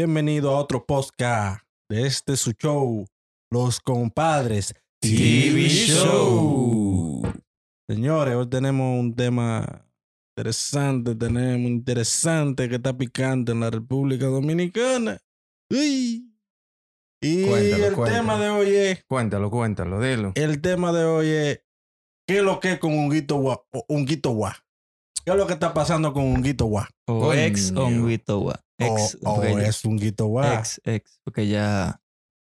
bienvenido a otro podcast de su show, Los Compadres TV Show. Señores, hoy tenemos un tema interesante, que está picante en la República Dominicana. ¡Uy! Y Cuéntalo. tema de hoy es... Cuéntalo, dilo. El tema de hoy es... ¿Qué es lo que es con Honguito Guá? ¿Qué es lo que está pasando con Honguito Guá? O ex Honguito Guá. Es Honguito Guá. Ex, porque ya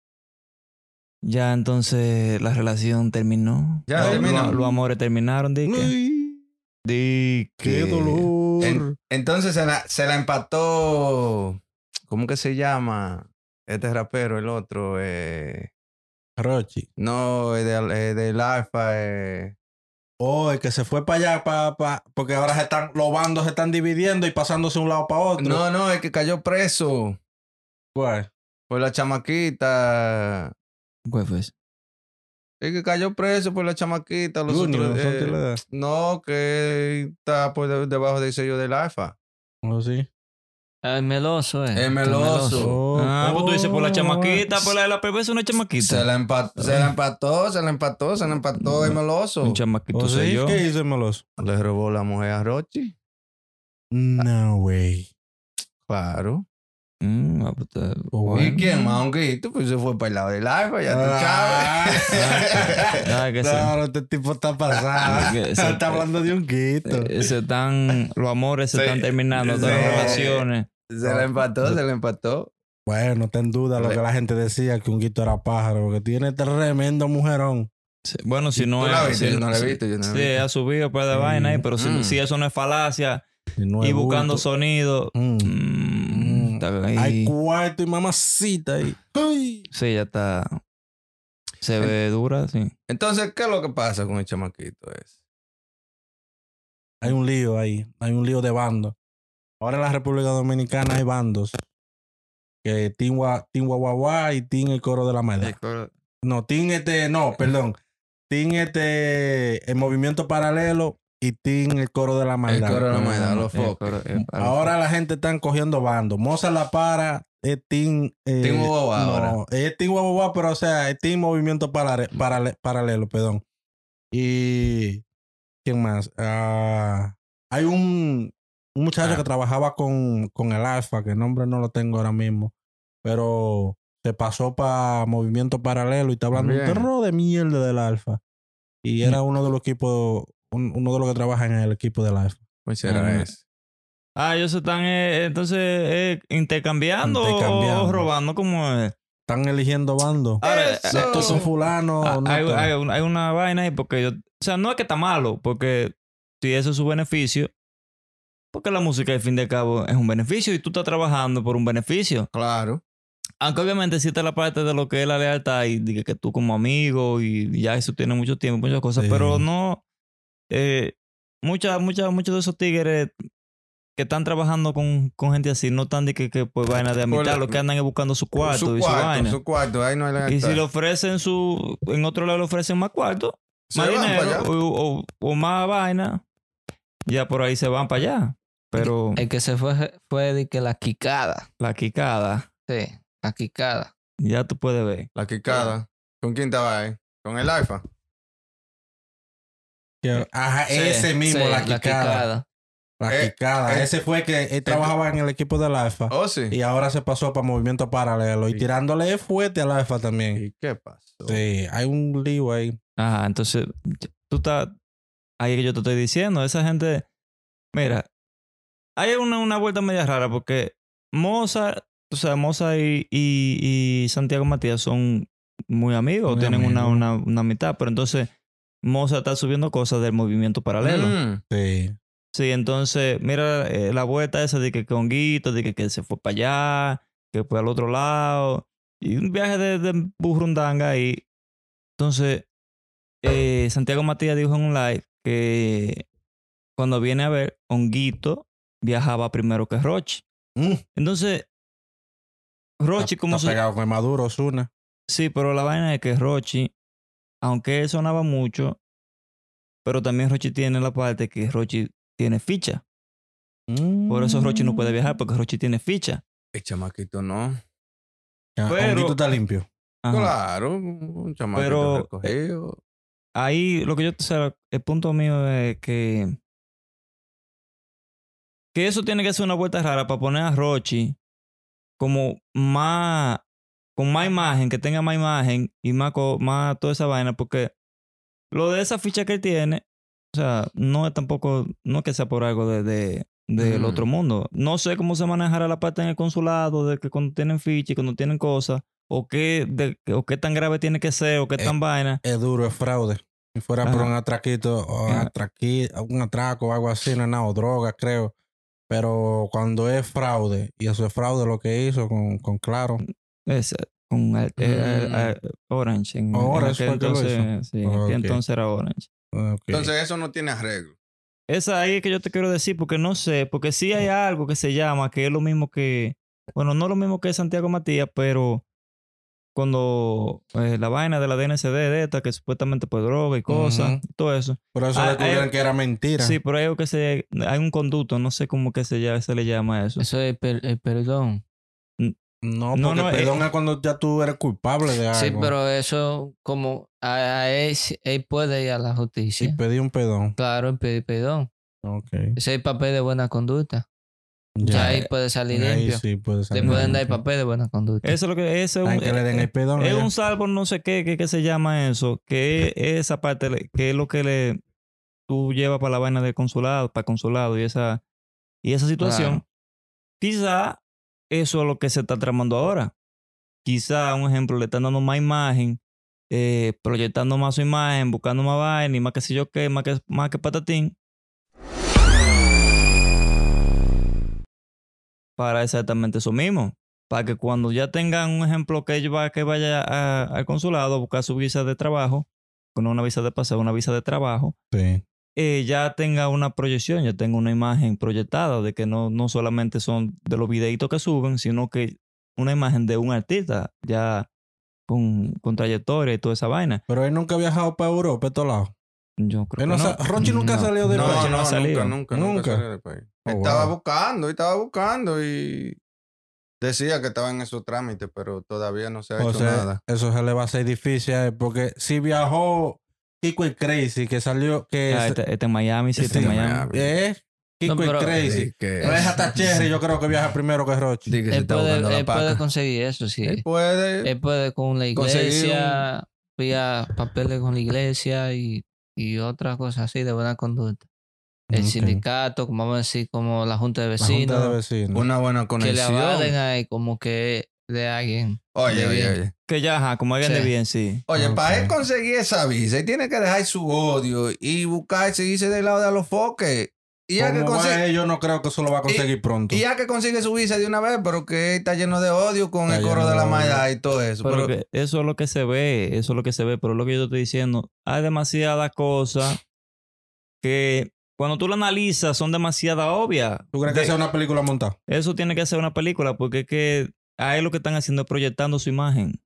entonces la relación terminó. Ya terminó. Los amores terminaron, ¡Uy! ¡Qué dolor! Entonces se la empató. ¿Cómo que se llama? Este rapero, el otro. Rochi. No, del Alfa. Oh, el que se fue para allá, porque ahora los bandos se están dividiendo y pasándose de un lado para otro. No, el que cayó preso. ¿Cuál? Por la chamaquita. ¿Cuál fue eso? El que cayó preso por la chamaquita. Los Junior, otros, no, que está por debajo del sello del Alfa. ¿Oh, sí? El meloso, El meloso. Pues tú dices por la chamaquita, por la de la PB es una chamaquita. Se la empató el meloso. Un chamaquito ¿Oh, soy sí? yo. ¿Qué hizo el meloso? Le robó la mujer a Rochi. No, güey. Claro. Oh, ¿Y quién más? Honguito, pues se fue para el lado del Alfa, ya tú sabes. Claro, este tipo está pasado. Está hablando de Honguito. Los amores se están terminando, todas las relaciones. Se la empató. Bueno, no está en duda lo que la gente decía, que Honguito era pájaro, porque tiene tremendo mujerón. Sí, bueno, si no ¿Tú la es... viste? Yo no la he visto. Sí, ha subido pues de vaina ahí, pero si eso no es falacia Si no es y buscando bulto. sonido... está ahí. Hay cuarto y mamacita ahí. ¡Ay! Sí, ya está... Se ve dura, sí. Entonces, ¿qué es lo que pasa con el chamaquito ese? Hay un lío ahí. Hay un lío de bandos. Ahora en la República Dominicana hay bandos. Que Team Guaguaguá y Team el Coro de la Maldad. No, Team el Movimiento Paralelo y Team el Coro de la Maldad. El Coro de la Maldad, los focos. Ahora la gente están cogiendo bandos. Mozart La Para es Team... Team Guaguaguá ahora. No, es Team Guaguaguá, pero o sea, es Team Movimiento Paralelo, perdón. Y... ¿Quién más? Hay un muchacho que trabajaba con el Alfa, que el nombre no lo tengo ahora mismo, pero se pasó para Movimiento Paralelo y está hablando un terror de mierda del Alfa. Y era uno de los equipos, uno de los que trabaja en el equipo del Alfa. Pues será ese. Ellos se están entonces intercambiando o robando, como es. Están eligiendo bandos. Ahora, Estos son fulanos. hay una vaina ahí porque o sea, no es que está malo, porque si eso es su beneficio, porque la música al fin de cabo es un beneficio y tú estás trabajando por un beneficio. Claro. Aunque obviamente existe la parte de lo que es la lealtad y de que tú como amigo y ya eso tiene mucho tiempo, muchas cosas, Sí. pero no... muchos de esos tigres que están trabajando con gente así no están de que pues vaina de amistad, lo que andan es buscando su cuarto y su vaina. Su cuarto, ahí no hay lealtad. Y si le ofrecen en otro lado le ofrecen más cuarto, más Se van para dinero allá. o más vaina, ya por ahí se van para allá. Pero El que se fue de que la quicada. la quicada, Sí, la quicada. ya tú puedes ver. La quicada. ¿Con quién estaba ahí? ¿Con el Alfa? Ajá, Sí, ese mismo, sí, la quicada. La quicada. Ese fue que él trabajaba en el equipo del Alfa. Oh, sí. Y ahora se pasó para Movimiento Paralelo. Y Sí. tirándole fuerte al Alfa también. ¿Y qué pasó? Sí, hay un lío ahí. Ajá, entonces tú estás ahí que yo te estoy diciendo, esa gente, mira, hay una vuelta media rara porque Mozart, o sea, Mozart y Santiago Matías son muy amigos, Muy tienen amigos. una amistad, pero entonces Mozart está subiendo cosas del movimiento paralelo. Sí. Sí, entonces, mira la vuelta esa de que Honguito, de que se fue para allá, que fue al otro lado, y un viaje de burrundanga ahí. Entonces, Santiago Matías dijo en un live que cuando viene a ver, Honguito viajaba primero que Rochi. Entonces, Rochi como Está pegado con Maduro, Ozuna. Sí, pero la vaina es que Rochi, aunque él sonaba mucho, pero también Rochi tiene la parte que Rochi tiene ficha. Por eso Rochi no puede viajar, porque Rochi tiene ficha. El chamaquito no. Pero- Honguito está limpio. Ajá. Claro, un chamaquito Pero, recogido. Ahí lo que yo o sea, el punto mío es que eso tiene que ser una vuelta rara para poner a Rochi como más con más imagen, que tenga más imagen y más toda esa vaina, porque lo de esa ficha que él tiene, o sea, no es tampoco, no es que sea por algo del otro mundo. No sé cómo se manejará la parte en el consulado, de que cuando tienen ficha y cuando tienen cosas, o qué tan grave tiene que ser, o qué tan vaina. Es duro, es fraude. Si fuera por Ajá. un atraquito, o Ajá. un atraco o algo así, no es nada, o droga, creo. Pero cuando es fraude, y eso es fraude lo que hizo con Claro. Es, con Orange. Orange aquel fue que lo entonces, sí, en aquel Ok. entonces era Orange. Ok. Entonces eso no tiene arreglo. Esa ahí es que yo te quiero decir, porque no sé, porque sí hay algo que se llama, que es lo mismo que, bueno, no lo mismo que Santiago Matías, pero cuando la vaina de la DNCD de esta, que supuestamente pues droga y cosas, Ujú. todo eso. Por eso Ah, descubrieron que era mentira. Sí, pero hay algo que hay un conducto, no sé cómo que se le llama eso. Eso es el perdón. No, No, porque no, perdón es cuando ya tú eres culpable de algo. Sí, pero eso como a él puede ir a la Sí, justicia. pedí un perdón. Claro, él pedir perdón. Ok. Ese es el papel de buena conducta. Ya Ya, ahí puede salir ahí limpio. sí puede salir Le pueden dar el limpio. papel de buena conducta. Eso es lo que eso Hay que le den el perdón. es ya. un salvo, no sé qué que se llama eso, que es esa parte, que es lo que tú llevas para la vaina del consulado, para consulado y esa situación. Claro. Quizá eso es lo que se está tramando ahora. Quizá, un ejemplo, le están dando más imagen, proyectando más su imagen, buscando más vaina y más que sé yo qué, más que patatín. Para exactamente eso mismo. Para que cuando ya tengan un ejemplo que vaya al consulado a buscar su visa de trabajo, con una visa de paseo, una visa de trabajo, Sí. ya tenga una proyección, ya tenga una imagen proyectada de que no solamente son de los videitos que suben, sino que una imagen de un artista ya con trayectoria y toda esa vaina. Pero él nunca ha viajado para Europa, a todos lados. Yo creo Él no que no. sa- Rochi nunca No. salió del No, país. Rochi no ha salido. Nunca. salió del país. Oh, Estaba wow. buscando y decía que estaba en esos trámites, pero todavía no se ha O hecho sea, nada. eso se le va a hacer difícil a él, porque si viajó Kiko y Crazy, que salió, que Ah, este en Miami, sí, este en Sí, Miami. Kiko No, pero- y Crazy. Sí, que- No es hasta Cherry, yo creo que viaja primero que Rochi. Di que se Él está buscando la puede paca. conseguir eso, sí. Él puede. Él puede con la conseguir iglesia, vía papeles con la iglesia y otras cosas así de buena conducta. El Ok. sindicato, como vamos a decir, como la junta de La junta vecinos, de vecinos. Una buena que le conexión. avalen ahí como que de alguien. Oye, de oye, bien. oye. Que ya, ajá, como alguien Sí. de bien, sí. Oye, Ok. para él conseguir esa visa, él tiene que dejar su odio y buscar seguirse del lado de los foques. Y ya, que Como va consigue, yo no creo que eso lo va a conseguir pronto. y ya que consigue su visa de una vez, pero que él está lleno de odio con Está el coro lleno de la de malla y todo eso. Pero Pero, que eso es lo que se ve, pero es lo que yo te estoy diciendo, hay demasiadas cosas que cuando tú lo analizas son demasiadas obvias. ¿Tú crees que sea una película montada? Eso tiene que ser una película porque es que ahí lo que están haciendo es proyectando su imagen.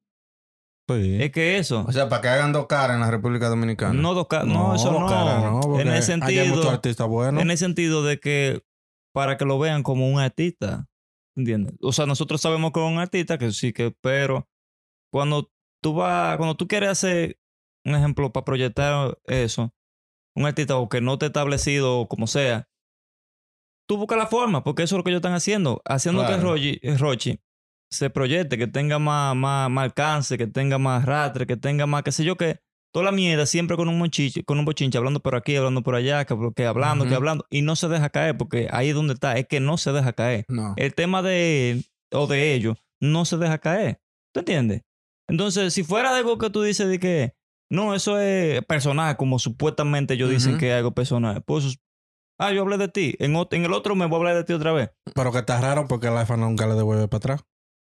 Sí. Es que eso, o sea, para que hagan dos caras en la República Dominicana. no, eso no. cara, porque En el allá hay muchos sentido, artistas buenos. en el sentido de que para que lo vean como un artista, ¿entiendes? O sea, nosotros sabemos que es un artista, que sí, pero cuando tú quieres hacer un ejemplo para proyectar eso, un artista o que no te ha establecido o como sea, tú buscas la forma, porque eso es lo que ellos están haciendo Claro. que Rochi se proyecte, que tenga más alcance, que tenga más rastre, que tenga más, qué sé yo, que toda la mierda siempre con un bochinche, hablando por aquí, hablando por allá, que hablando, y no se deja caer, porque ahí es donde está, es que no se deja caer. No. El tema de él o de ellos no se deja caer. ¿Tú entiendes? Entonces, si fuera algo que tú dices de que no, eso es personal, como supuestamente ellos dicen Ujú. que es algo personal, pues, yo hablé de ti, en el otro me voy a hablar de ti otra vez. Pero que está raro porque el iPhone nunca le devuelve para atrás.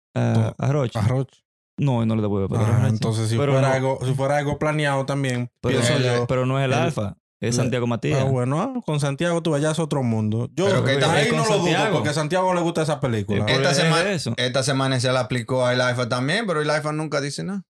A Rochi. A Rochi. No, no le devuelve para atrás. Ah, Rochi. entonces si Pero fuera, no, si fuera algo planeado también, pero, pienso yo. pero no es el Alfa, es Santiago Matías. Bueno, con Santiago tú vayas a otro mundo. Yo Pero que ahí con no lo dudo Santiago. porque a Santiago le gusta esa película. Por Esta es semana, eso. esta semana se le aplicó a el iPhone también, pero el iPhone nunca dice nada.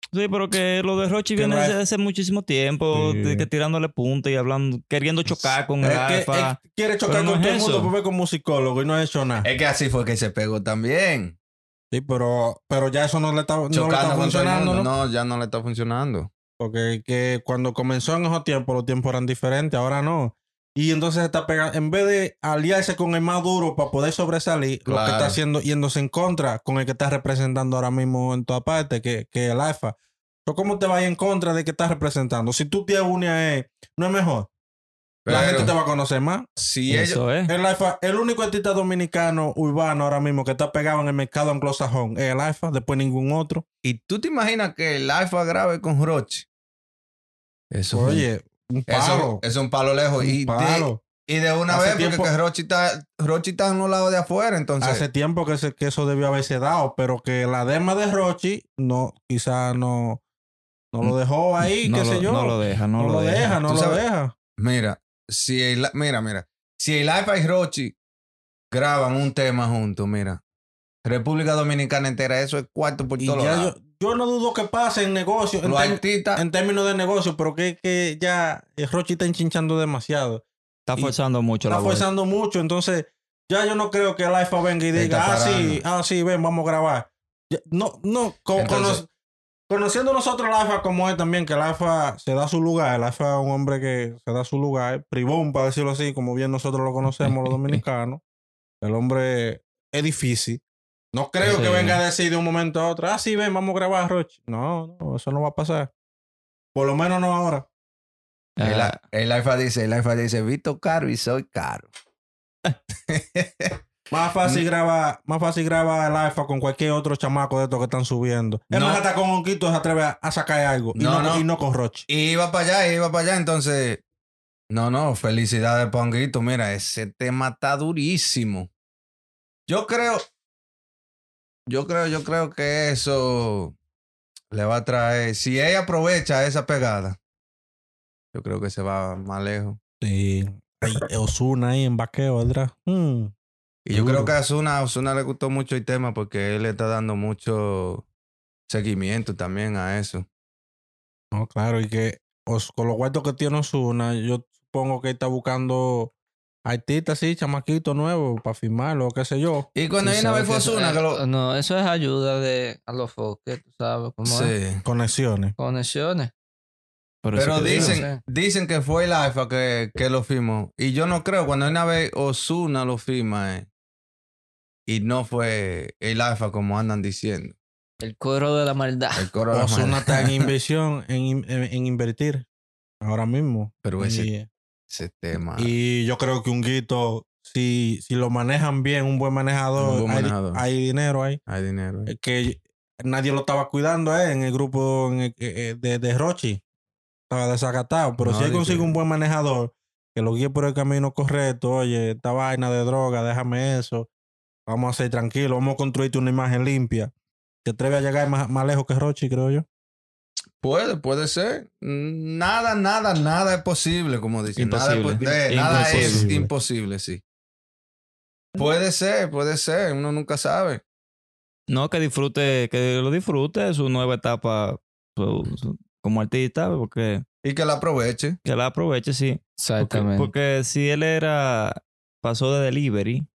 Sí, pero que lo de Rochi Que viene Life- desde hace muchísimo tiempo, Sí. de que tirándole punta y hablando, queriendo chocar con el Es que alfa. quiere chocar Pero no con es todo el mundo eso. porque como musicólogo y no ha hecho nada. Es que así fue que se pegó también. Sí, pero ya eso no le está Chocando con todo el funcionando, mundo. ¿no? No, ya no le está funcionando. Porque que cuando comenzó en esos tiempos, los tiempos eran diferentes, ahora no. Y entonces está pegando, en vez de aliarse con el más duro para poder sobresalir, lo que Claro. está haciendo, yéndose en contra con el que está representando ahora mismo en toda parte, que el alfa. Pero ¿cómo te vas en contra de que estás representando? Si tú te unes a él, no es mejor. La Pero gente te va a conocer más. si ellos... Eso es. El alfa, el único artista dominicano urbano ahora mismo que está pegado en el mercado anglosajón es el alfa, después ningún otro. ¿Y tú te imaginas que el alfa grave con Rochi? Eso Oye, un palo. es un palo lejos. Un palo. Y de una Hace vez, tiempo- porque que Rochi está en un lado de afuera, entonces... Hace tiempo que eso debió haberse dado, pero que la dema de Rochi no, quizá no lo dejó ahí, No qué lo- sé yo. no lo deja, no lo deja. no Tú lo sabes- deja. Mira, si el alfa y Rochi graban un tema juntos, mira, República Dominicana entera, eso es cuarto por Y todos ya lados. yo no dudo que pase en negocio, Los artistas... en términos de negocio, pero que ya Rochi está enchinchando demasiado. Está Y forzando mucho Está la voz. forzando mucho, entonces ya yo no creo que el alfa venga y Está diga, parando. sí, ven, vamos a grabar. No, Entonces- conociendo nosotros el alfa como es también, que el alfa se da su lugar, el alfa es un hombre que se da su lugar, privón, para decirlo así, como bien nosotros lo conocemos los dominicanos. El hombre es difícil. No creo Sí. que venga a decir de un momento a otro, sí, ven, vamos a grabar, Roche. No, eso no va a pasar. Por lo menos no ahora. Ah, El alfa dice, visto caro y soy caro. Más fácil graba el alfa con cualquier otro chamaco de estos que están subiendo. Es No. más, hasta con Honquito se atreve a sacar algo. No. Y no con Roche. Iba para allá, entonces... No, felicidades, Ponguito. Mira, ese tema está durísimo. Yo creo que eso le va a traer... Si ella aprovecha esa pegada, yo creo que se va más lejos. Sí. Ozuna ahí en vaqueo, ¿verdad? Y yo Seguro. creo que a Ozuna le gustó mucho el tema porque él le está dando mucho seguimiento también a eso. No, claro, y que con los cuartos que tiene Ozuna, yo supongo que está buscando artistas así, chamaquitos nuevos, para firmarlo, qué sé yo. Y cuando Tú hay una vez sabes fue que Ozuna que lo... No, eso es ayuda a los foques, tú sabes cómo es. Sí. Conexiones. Conexiones. por eso Pero que digo. dicen que fue el alfa que lo firmó. Y yo no creo, cuando hay una vez Ozuna lo firma, y no fue el alfa como andan diciendo. El coro de la maldad. El coro de la Ozuna maldad. está en inversión, en invertir ahora mismo. Pero ese tema. Y yo creo que un guito, si lo manejan bien, un buen manejador, Un buen manejador. hay dinero ahí. Hay dinero. Es que nadie lo estaba cuidando en el grupo de Rochi. Estaba desacatado. Pero No, si él de consigue que- un buen manejador que lo guíe por el camino correcto, oye, esta vaina de droga, déjame eso. Vamos a ser tranquilos, vamos a construirte una imagen limpia. Te atreves a llegar más lejos que Rochi, creo yo. Puede ser. Nada es posible, como dicen. Imposible. Nada es Imposible. imposible, sí. Puede ser. Uno nunca sabe. No, que lo disfrute su nueva etapa como artista, porque Y que la aproveche. que la aproveche, sí. Exactamente. Porque si él pasó de delivery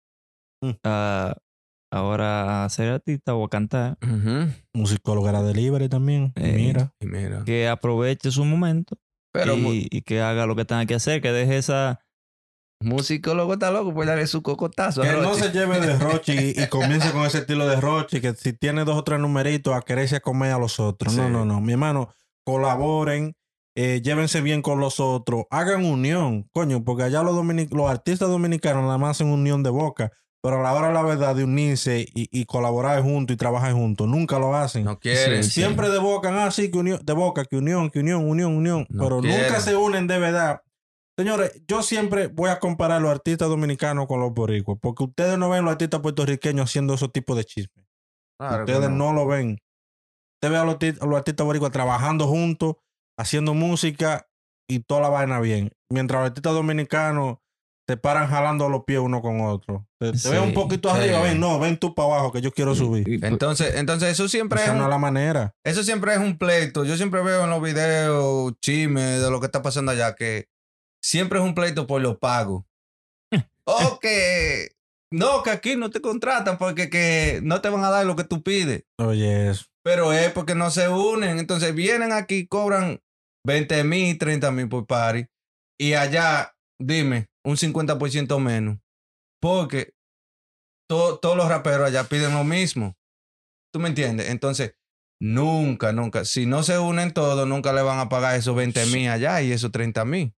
a ahora a ser artista o a cantar, Ujú. Musicólogo era delivery también. Mira. Y mira. que aproveche su momento Pero y que haga lo que tenga que hacer, que deje esa... musicólogo está loco, pues darle su cocotazo. a Que no Rochi. se lleve de Rochi y comience con ese estilo de Rochi, que si tiene 2 o 3 numeritos a quererse a comer a los otros. Sí. No. Mi hermano, colaboren, llévense bien con los otros, hagan unión, coño, porque allá los artistas dominicanos nada más hacen unión de boca, pero a la hora de la verdad de unirse y colaborar juntos y trabajar juntos, nunca lo hacen. No quieren. Sí. Siempre de boca, sí, que unión, de boca, que unión, No pero quieren. nunca se unen de verdad. Señores, yo siempre voy a comparar los artistas dominicanos con los boricuas, porque ustedes no ven los artistas puertorriqueños haciendo esos tipos de chismes. Claro que Ustedes no lo ven. Usted ve a los artistas boricuas trabajando juntos, haciendo música y toda la vaina bien. Mientras los artistas dominicanos te paran jalando los pies uno con otro. Te Sí, ven un poquito arriba, ven tú para abajo que yo quiero subir. Entonces eso siempre Esa no es la manera. eso siempre es un pleito. Yo siempre veo en los videos chismes de lo que está pasando allá que siempre es un pleito por los pagos. O que no, que aquí no te contratan porque que no te van a dar lo que tú pides. Oye, eso. Pero es porque no se unen. Entonces vienen aquí, cobran 20,000, 30,000 por party. Y allá, dime, un 50% menos. Porque todos los raperos allá piden lo mismo. ¿Tú me entiendes? Entonces, nunca, si no se unen todos, nunca le van a pagar esos 20,000 allá y esos 30,000.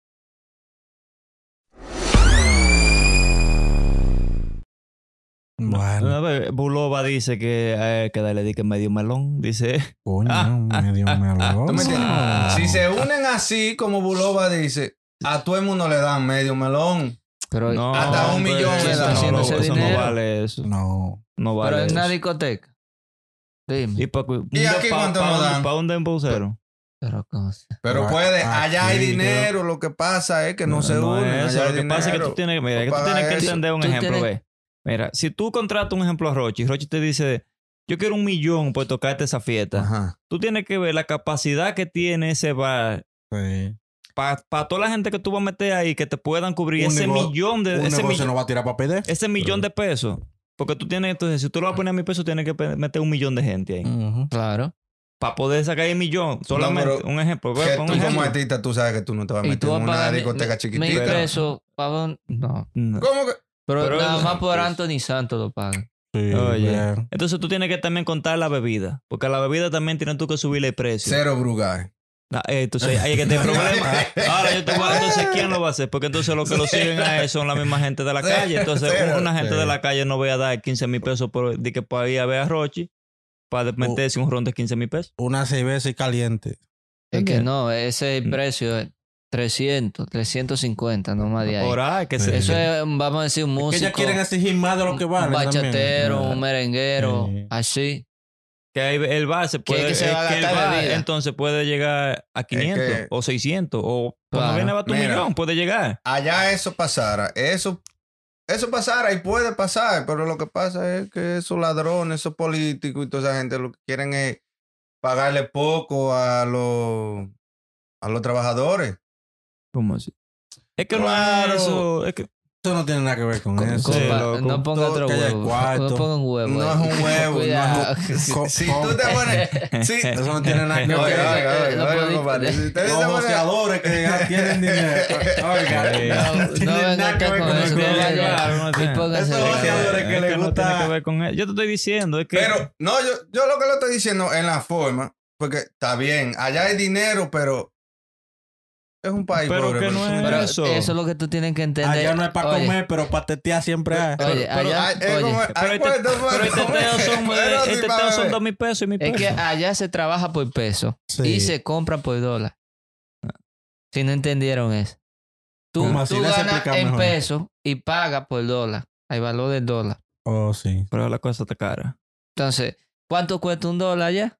Bueno, A ver, Bulova dice que dale di que medio melón. Dice. coño, medio melón. ¿Tú me entiendes? Si se unen así, como Bulova dice, a todo el mundo le dan medio melón. Pero, No, Hasta un hombre, millón le dan. eso no, Ese eso no dinero. vale eso. No. No pero vale en una eso. discoteca. Dime. ¿Y aquí cuánto nos dan? ¿Para un dembocero? Pero cosa. Pero Aquí, puede, allá hay dinero. Lo que pasa es que no se No unen. es eso. allá Lo hay que pasa es que tú dinero. tienes, mira, No que tú paga tienes que eso. entender un Tú ejemplo. tienes- Ve. Mira, si tú contratas un ejemplo a Rochi te dice, yo quiero 1 millón por tocarte esa fiesta. Ajá. Tú tienes que ver la capacidad que tiene ese bar Sí. para toda la gente que tú vas a meter ahí que te puedan cubrir Un ese millón de Un ese negocio millón, no va a tirar para pedir. ese millón de pesos. Porque tú tienes, entonces, si tú lo vas a poner a 1,000 pesos, tienes que meter 1 millón de gente ahí. Ujú. Claro. Para poder sacar el millón. Solamente pero un ejemplo. Que Ve, tú pon un como ejemplo. artista, tú sabes que tú no te vas a Y meter tú vas en a una pagar discoteca 1,000 chiquitita. pesos. No. No. ¿Cómo que? Pero Pero nada eso- más por Anthony Santos lo pagan. Sí, Oye. bien. Entonces tú tienes que también contar la bebida. Porque a la bebida también tienes tú que subirle el precio. Cero Brugal. Entonces hay que tener problemas. Ahora yo te voy a... Entonces, ¿quién lo va a hacer? Porque entonces los que lo siguen a él son la misma gente de la calle. Entonces, Cero. una gente Sí. de la calle no voy a dar 15,000 pesos de que por ir a ver a Rochi para meterse un ron de 15,000 pesos. Una cerveza y caliente. Es que Entiendo. no, ese es el precio es 300, 350, no más de ahí. Por ahí, que Sí. se... Eso es, vamos a decir, un Es que músico, ellas quieren exigir más de lo que vale. un bachatero, también. un merenguero, Sí. así. Que ahí el bar se puede... que se va a que el gastar bar, bebida. entonces puede llegar a 500 que- o 600 o cuando Claro. viene va tu Mira. millón, puede llegar. Allá eso pasara. Eso pasara y puede pasar. Pero lo que pasa es que esos ladrones, esos políticos y toda esa gente lo que quieren es pagarle poco a los trabajadores. ¿Cómo así? Es que Claro. no es eso. Es que... Eso no tiene nada que ver con eso. Sí, Compa, loco. no ponga Todo otro que haya huevo. cuarto. No ponga un huevo. No ahí. es un huevo. Cuidado. Si tú te pones... Sí. Eso no tiene nada que Oiga, ver. oiga, No oiga, podí- compadre. Si ustedes Los se ponen- boxeadores que ya tienen dinero. Oiga, Sí. No, tiene no venga nada que acá ver con con eso. eso. No tiene vaya. claro, no Y tiene. póngase Esos de boxeadores cara. que Es le que no gusta- tiene que ver con él. Yo te estoy diciendo, es que... Pero, no, yo lo que le estoy diciendo en la forma, porque está bien, allá hay dinero, pero es un país Pero pobre. que no es Pero eso. eso es lo que tú tienes que entender. Allá no es para Oye, comer, pero para tetear siempre hay. Oye, allá, Ay, es oye, como- Pero ay, pues, no pero puedo el teteo comer. son, Pero sí, el teteo para son ver. 2,000 pesos y 1,000 es pesos. que allá se trabaja por peso Sí. y se compra por dólar. Si no entendieron eso. Tú, ¿Cómo así? tú Les ganas explica en mejor. pesos y pagas por dólar. Hay valor del dólar. Oh, sí. Pero la cosa está cara. Entonces, ¿cuánto cuesta un dólar allá?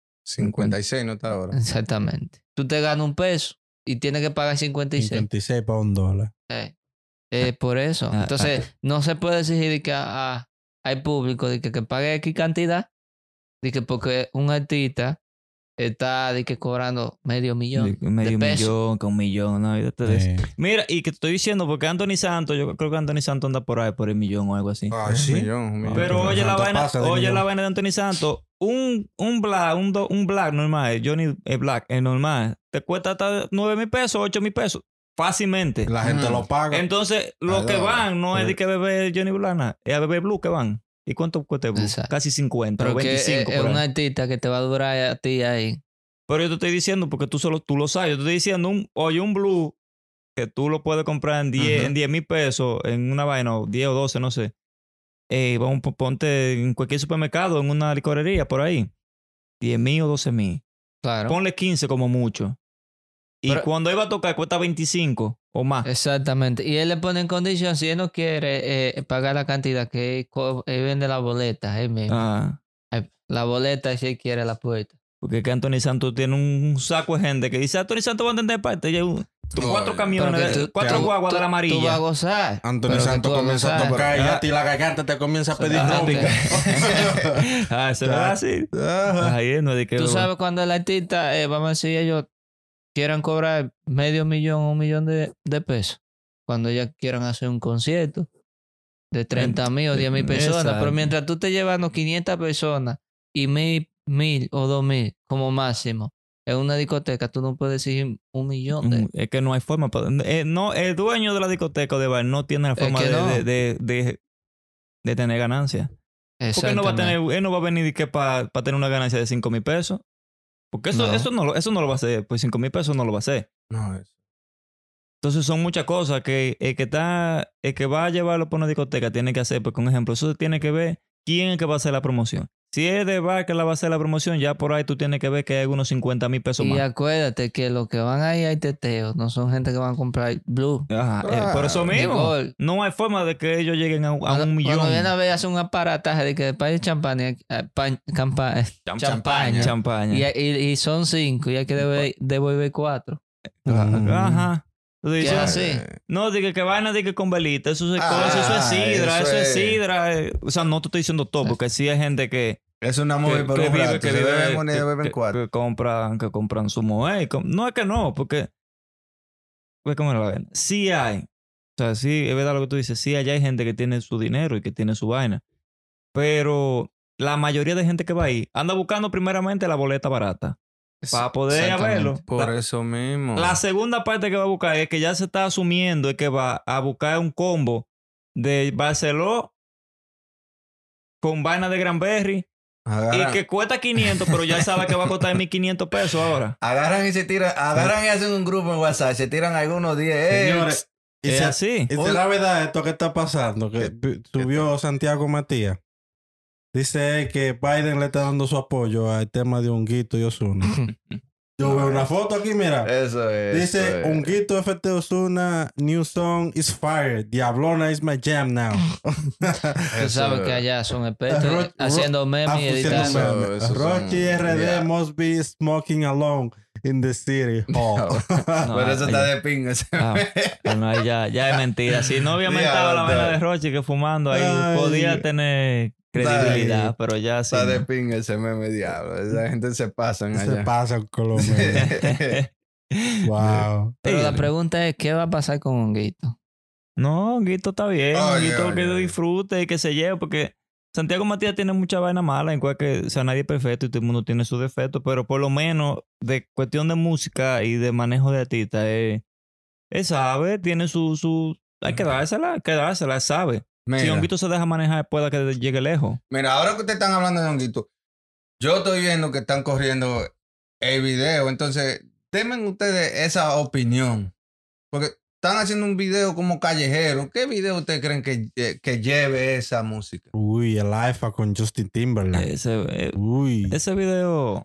56 no está ahora. Exactamente. Tú te ganas un peso y tienes que pagar 56. 56 para $1. Por eso. Ah, Entonces, no se puede exigir de que al público de que pague X cantidad. De que porque un artista está de que cobrando medio millón Medio de pesos. millón, con 1,000,000, no, olvídate de eso. Sí. Mira, y que te estoy diciendo, porque Anthony Santos, yo creo que Anthony Santos anda por ahí por el millón o algo así. Ay, ¿Sí? un millón. Pero Anthony oye la Santos vaina, pasa de millón. de Anthony Santos, un black normal, Johnny Black, el normal, te cuesta hasta 9,000 pesos, 8,000 pesos, fácilmente. La gente lo paga. Entonces, los que van no es de que beber Johnny Black, nada, es a beber Blue que van. ¿Y cuánto cuesta el Blue? Exacto. Casi 50 Pero o que 25 es por un ahí. artista que te va a durar a ti ahí. Pero yo te estoy diciendo, porque tú lo sabes, yo te estoy diciendo, un Blue que tú lo puedes comprar en 10,000 pesos en una vaina, o 10 o 12, no sé. Ponte en cualquier supermercado, en una licorería, por ahí. 10,000 o 12,000. Claro. Ponle 15 como mucho. Y Pero- cuando iba a tocar cuesta 25 o más. Exactamente. Y él le pone en condición, si él no quiere pagar la cantidad que él vende la boleta, él mismo. Ah, La boleta si él quiere la puerta. porque es que Anthony Santos tiene un saco de gente que dice, Anthony Santos va a entender parte. 4 Pero camiones, que tú- 4 tú- guaguas de la Tú vas a amarilla. gozar. Anthony pero que Santos tú vas a comienza a gozar. tocar y la garganta te comienza a pedir Ah, ron. Eso es así. Ajá. Ahí no es de que Tú sabes cuando el artista, vamos a decir, ellos quieran cobrar $500,000, $1 millón de pesos. Cuando ellos quieran hacer un concierto de 30,000 o 10,000 personas. Exacto. Pero mientras tú estés llevando 500 personas y 1,000 o 2,000 como máximo en una discoteca, tú no puedes exigir 1 millón de... Es que no hay forma. No, el dueño de la discoteca o de bar no tiene la forma que no. de tener ganancias. Porque él no va a tener, él no va a venir para tener una ganancia de 5,000 pesos. Porque eso no lo va a hacer. Pues 5,000 pesos no lo va a hacer. No, eso. Entonces son muchas cosas que el que va a llevarlo por una discoteca tiene que hacer. Porque, un ejemplo, eso tiene que ver quién es que va a hacer la promoción. Si es de bar que la va a hacer la promoción, ya por ahí tú tienes que ver que hay unos 50,000 pesos Y más. acuérdate que los que van ahí al teteo no son gente que van a comprar blue. Ajá, por eso mismo. Igual. No hay forma de que ellos lleguen a Cuando- un millón. Cuando viene a ver, hace un aparataje de que después de champaña, champaña. Champaña. Y son 5 y hay que devolver 4. Ajá. Tú ¿Qué dices, así? no, dije que vaina, dije con velita. Eso es Ah, eso es sidra, eso eso es es. sidra. O sea, no te estoy diciendo todo, porque sí hay gente que Es una movie por un rato. Se beben una y se beben 4. que compran su mujer. No es que no, porque pues cómo era la vaina. Sí hay. O sea, sí, es verdad lo que tú dices. Sí, allá hay gente que tiene su dinero y que tiene su vaina. Pero la mayoría de gente que va ahí anda buscando primeramente la boleta barata para poder Exactamente. verlo. Por eso mismo. La segunda parte que va a buscar es que ya se está asumiendo es que va a buscar un combo de Barceló con vaina de Granberry Agarran, y que cuesta 500, pero ya sabe que va a costar 1,500 pesos ahora. agarran y se tiran. Agarran y hacen un grupo en WhatsApp. Se tiran algunos 10. Señores, y Es se- así. y será verdad esto que está pasando, que subió Santiago Matías. Dice que Biden le está dando su apoyo al tema de Honguito y Ozuna. Yo veo una foto aquí, mira. Eso es. Dice eso es. Honguito FT Ozuna, new song is fire. Diablona is my jam now. Tú sabes que allá son expertos Ro- haciendo memes y Haciendo editando. memes. Eso son- Rochi RD yeah. must be smoking alone in the city hall. No, Por eso ahí- está de pinga ese. Ah, pero no, ahí ya es mentira. Si no había aumentado la vaina de Rochi que fumando ahí Ay. podía tener credibilidad, Ay. pero ya sí. Está de no. pinga ese meme, diablo. Esa gente se pasan Se allá. pasa en Colombia. Wow. Pero la Sí. pregunta es, ¿qué va a pasar con Honguito? No, Honguito está bien. Oye, Honguito oye, que oye. disfrute y que se lleve, porque Santiago Matías tiene mucha vaina mala, en cual que, o sea, nadie es perfecto y todo el mundo tiene sus defectos, pero por lo menos de cuestión de música y de manejo de artista, él sabe, tiene su hay que dársela, él sabe. Si Mira, Honguito se deja manejar, pueda que llegue lejos. mira, ahora que ustedes están hablando de Honguito, yo estoy viendo que están corriendo el video. Entonces, denme ustedes esa opinión. Porque están haciendo un video como callejero. ¿Qué video ustedes creen que lleve esa música? Uy, el Alfa con Justin Timberlake. Uy. Ese video,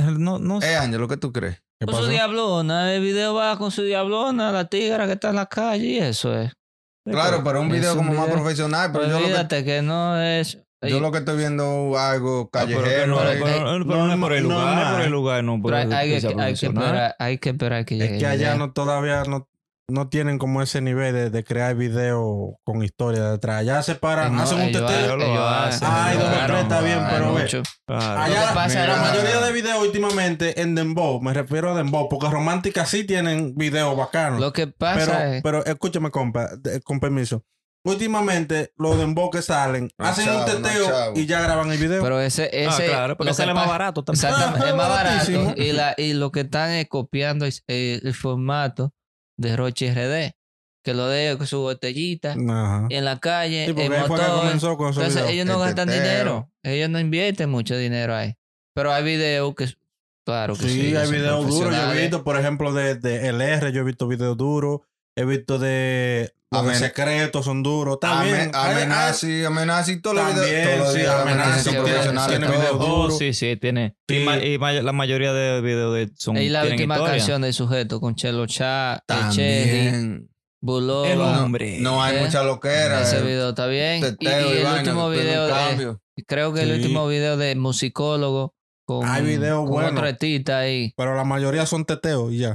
no sé. Ángelo, ¿qué tú crees? ¿Qué Con su pasó? diablona, el video va con su diablona, la tigra que está en la calle y eso es. Claro, pero un Es video un como más video. profesional. Pero Olvídate que no es... yo lo que estoy viendo algo Ah, pero callejero. no, ahí. pero no es por el no, lugar, no, no es por el lugar, no. Pero puede hay que sea profesional. que esperar que llegue Es que el allá video. todavía no tienen como ese nivel de crear video con historia detrás. Allá se paran, No, hacen un ellos teteo. lo hacen. Ay, ellos dos o hacen. tres está bien, pero ve. mucho. Claro. Allá Lo que pasa la es- mayoría de videos últimamente en Dembow, me refiero a Dembow, porque románticas sí tienen videos bacanos. Lo que pasa es... Pero escúchame, compa, con permiso. Últimamente, los Dembow que salen, No, hacen un chavo, no, teteo chavo. y ya graban el video. Pero ese Claro, porque lo que sale más pasa- barato también. Exactamente, es más Baratísimo. barato. Y lo que están es copiando el formato de Rochi RD. Que lo dejo con su botellita Ajá. en la calle, Sí, porque en ahí fue que motor. comenzó con esos Entonces videos. ellos no El gastan teteo. dinero. Ellos no invierten mucho dinero ahí. Pero hay videos que... Claro que sí. Sí, hay son videos duros. Yo he profesionales. visto, por ejemplo, de LR, yo he visto videos duros. He visto de los de Amen- secretos, son duros. También. Amenazi, todos los También, videos. Todos los sí, videos Amenazi son tiene- profesionales. tiene todos. videos Oh, duro. sí, tiene. Sí. La mayoría de videos son Y la tienen última historia. canción del sujeto con Chelo Cha, Chedi, También. Buloba. El No, hombre. no hay mucha loquera. Ese video está bien. Y teteo y el vaina, último después video un de... cambio. Creo que el Sí. último video de musicólogo con, Hay videos con buenos. otro artista ahí. Pero la mayoría son teteos y ya.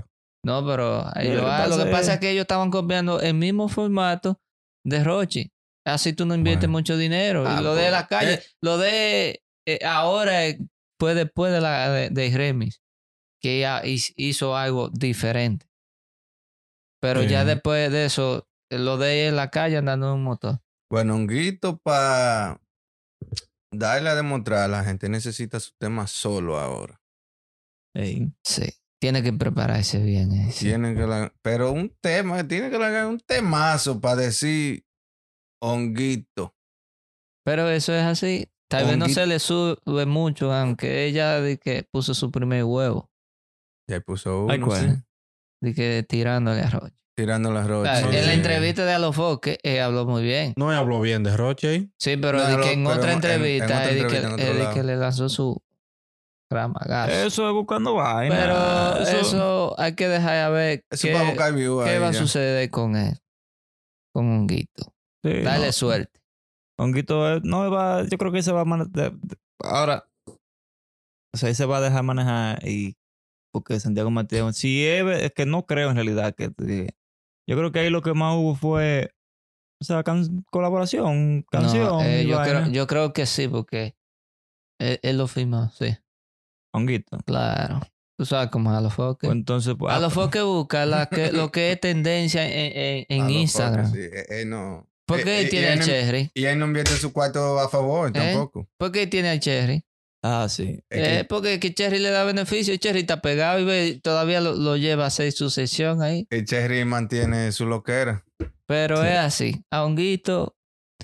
No, pero Lo que lo que pasa pasa es- es que ellos estaban copiando el mismo formato de Rochi. Así tú no inviertes Bueno. mucho dinero. Ah, Y lo de pues, la calle, lo de ahora fue después de Remix, que ella hizo algo diferente. Pero ya después de eso, lo de ella en la calle andando en un motor. Bueno, Honguito, para darle a demostrar a la gente, necesita su tema solo ahora. Ey. Sí. Tiene que prepararse bien. Sí. Pero un tema, tiene que largar un temazo para decir Honguito. Pero eso es así. Tal vez no Honguito. se le sube mucho, aunque ella de que puso su primer huevo. Ya puso Ay, uno, ¿cuál? sí, De que tirándole a Rochi. tirando las rochas. no, En sí. la entrevista de Alofoque habló muy bien. No habló bien de Roche. Sí, pero No, de que en pero otra en entrevista otra es de entrevista en otro es de lado. que le lanzó su ramagazo. Eso es buscando vaina. Pero eso hay que dejar a ver Eso para buscar view qué ahí va a ya. suceder con él. Con Honguito. sí, Dale no. suerte. Honguito no va, yo creo que se va a manejar. Ahora, o sea, ahí se va a dejar manejar y porque Santiago Mateo, si es que no creo en realidad yo creo que ahí lo que más hubo fue, o sea, colaboración, canción, No, y vaina. yo creo que sí, porque él lo firmó, sí. Honguito. Claro. Tú sabes cómo es Alofoque. Pues entonces, pues, Alofoque busca lo que es tendencia en A los Instagram. focos, sí. No. ¿Por qué él tiene y al él no- Cherry? Y él no invierte su cuarto a favor tampoco. ¿Por qué él tiene al Cherry? sí. Es Porque que Cherry le da beneficio y Cherry está pegado y todavía lo lleva a hacer su sesión ahí. que el Cherry mantiene su loquera. Pero Sí. es así. A Honguito,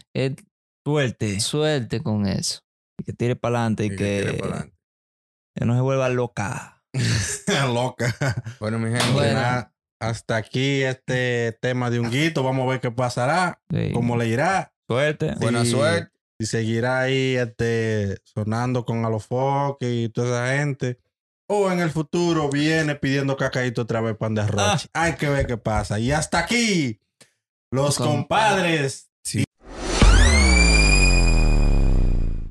Suerte. suerte con eso. Y que tire para adelante y tire que pa'lante. no se vuelva loca. Loca. Bueno, mi gente. Bueno. Nada, hasta aquí este tema de Honguito. Vamos a ver qué pasará, Sí. cómo le irá. Suerte. Buena Sí. suerte. Si seguirá ahí sonando con Alofoque y toda esa gente. O en el futuro viene pidiendo cacaíto otra vez pan de Roche. Hay que ver qué pasa. Y hasta aquí, los compadres